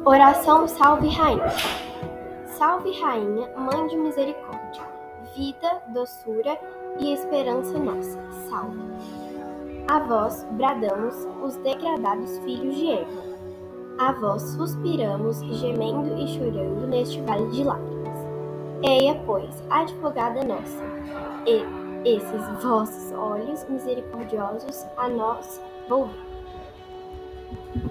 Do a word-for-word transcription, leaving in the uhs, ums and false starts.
Oração Salve Rainha. Salve Rainha, Mãe de Misericórdia, vida, doçura e esperança nossa, salve. A vós bradamos os degradados filhos de Eva. A vós suspiramos, gemendo e chorando neste vale de lágrimas. Eia, pois, advogada nossa, e esses vossos olhos misericordiosos a nós volvei.